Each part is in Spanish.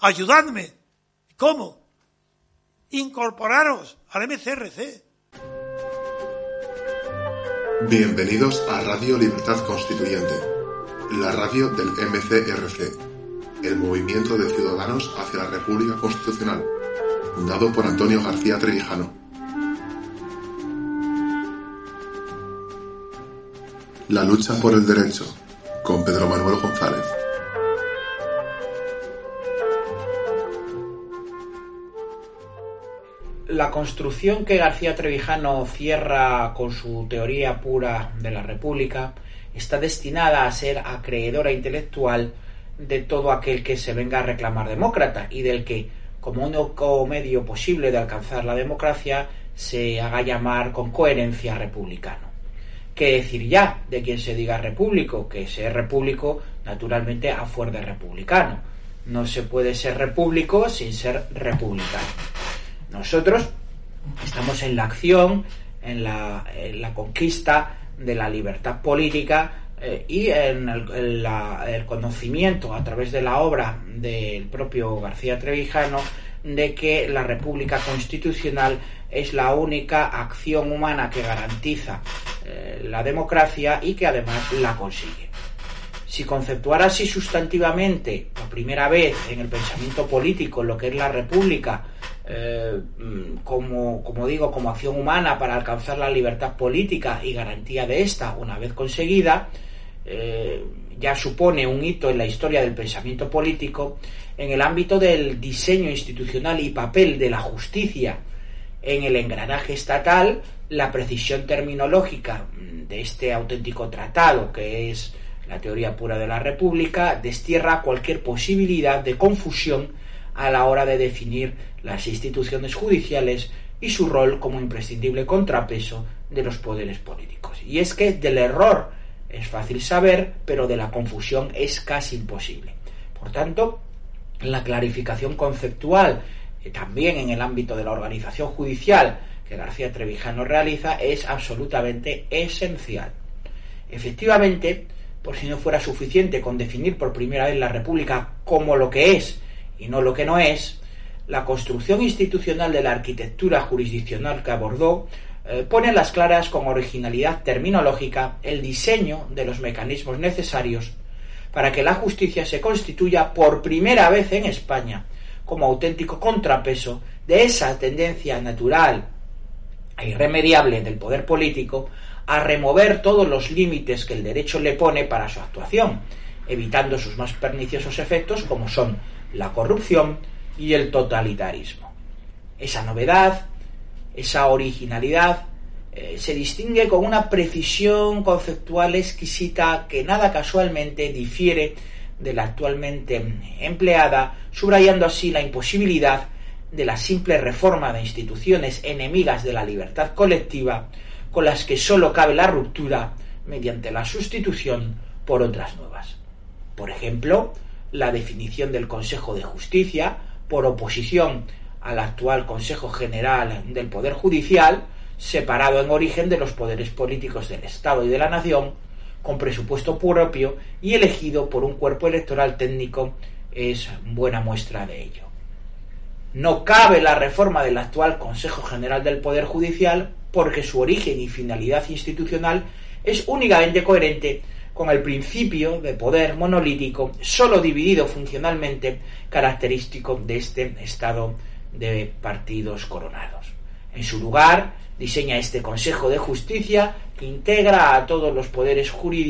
Ayudadme. ¿Cómo? Incorporaros al MCRC. Bienvenidos a Radio Libertad Constituyente, la radio del MCRC, el Movimiento de Ciudadanos hacia la República Constitucional, fundado por Antonio García Trevijano. La lucha por el derecho, con Pedro Manuel González. La construcción que García Trevijano cierra con su teoría pura de la República está destinada a ser acreedora intelectual de todo aquel que se venga a reclamar demócrata y del que, como único medio posible de alcanzar la democracia, se haga llamar con coherencia republicano. ¿Qué decir ya de quien se diga repúblico? Que ser repúblico, naturalmente, a fuer de republicano. No se puede ser repúblico sin ser republicano. Nosotros estamos en la acción, en la conquista de la libertad política y en el conocimiento a través de la obra del propio García Trevijano de que la República Constitucional es la única acción humana que garantiza la democracia y que además la consigue. Si conceptuar así sustantivamente, por primera vez en el pensamiento político, lo que es la República, como acción humana para alcanzar la libertad política y garantía de esta una vez conseguida, ya supone un hito en la historia del pensamiento político. En el ámbito del diseño institucional y papel de la justicia en el engranaje estatal, la precisión terminológica de este auténtico tratado, que es la teoría pura de la República, destierra cualquier posibilidad de confusión a la hora de definir las instituciones judiciales y su rol como imprescindible contrapeso de los poderes políticos. Y es que del error es fácil saber, pero de la confusión es casi imposible. Por tanto, la clarificación conceptual, también en el ámbito de la organización judicial que García Trevijano realiza, es absolutamente esencial. Efectivamente, por si no fuera suficiente con definir por primera vez la República como lo que es y no lo que no es, la construcción institucional de la arquitectura jurisdiccional que abordó pone a las claras con originalidad terminológica el diseño de los mecanismos necesarios para que la justicia se constituya por primera vez en España como auténtico contrapeso de esa tendencia natural e irremediable del poder político a remover todos los límites que el derecho le pone para su actuación, evitando sus más perniciosos efectos como son la corrupción y el totalitarismo. Esa novedad, esa originalidad, se distingue con una precisión conceptual exquisita que nada casualmente difiere de la actualmente empleada, subrayando así la imposibilidad de la simple reforma de instituciones enemigas de la libertad colectiva, con las que sólo cabe la ruptura mediante la sustitución por otras nuevas. Por ejemplo, la definición del Consejo de Justicia, por oposición al actual Consejo General del Poder Judicial, separado en origen de los poderes políticos del Estado y de la Nación, con presupuesto propio y elegido por un cuerpo electoral técnico, es buena muestra de ello. No cabe la reforma del actual Consejo General del Poder Judicial porque su origen y finalidad institucional es únicamente coherente con el principio de poder monolítico, solo dividido funcionalmente, característico de este estado de partidos coronados. En su lugar, diseña este Consejo de Justicia que integra a todos los poderes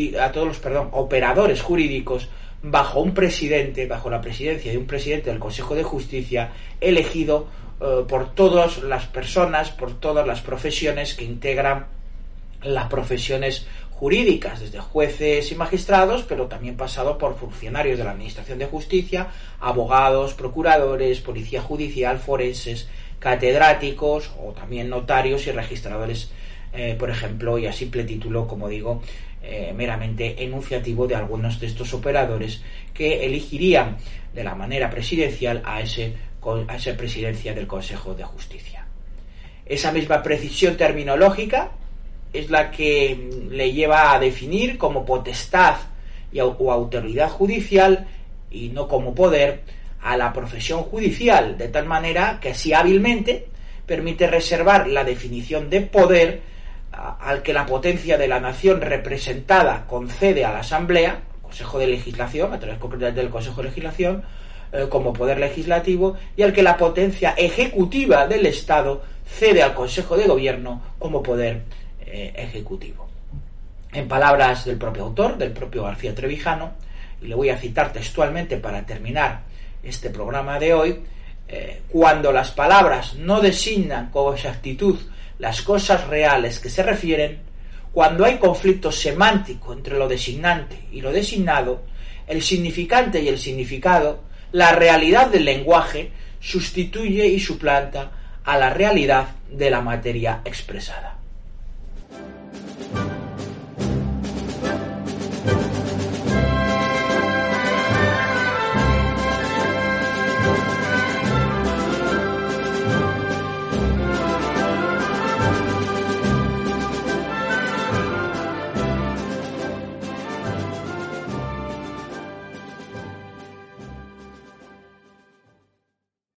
operadores jurídicos bajo la presidencia de un presidente del Consejo de Justicia elegido por todas las personas, por todas las profesiones que integran las profesiones jurídicas, desde jueces y magistrados, pero también pasado por funcionarios de la Administración de Justicia, abogados, procuradores, policía judicial, forenses, catedráticos o también notarios y registradores, por ejemplo, y a simple título, como digo, meramente enunciativo de algunos de estos operadores que elegirían de la manera presidencial a esa presidencia del Consejo de Justicia. Esa misma precisión terminológica es la que le lleva a definir como potestad o autoridad judicial, y no como poder, a la profesión judicial, de tal manera que así hábilmente permite reservar la definición de poder al que la potencia de la nación representada concede a la Asamblea, Consejo de Legislación, a través concretamente del Consejo de Legislación, como poder legislativo, y al que la potencia ejecutiva del Estado cede al Consejo de Gobierno como poder ejecutivo. En palabras del propio autor, del propio García Trevijano, y le voy a citar textualmente para terminar este programa de hoy, cuando las palabras no designan con exactitud las cosas reales que se refieren, cuando hay conflicto semántico entre lo designante y lo designado, el significante y el significado, la realidad del lenguaje sustituye y suplanta a la realidad de la materia expresada.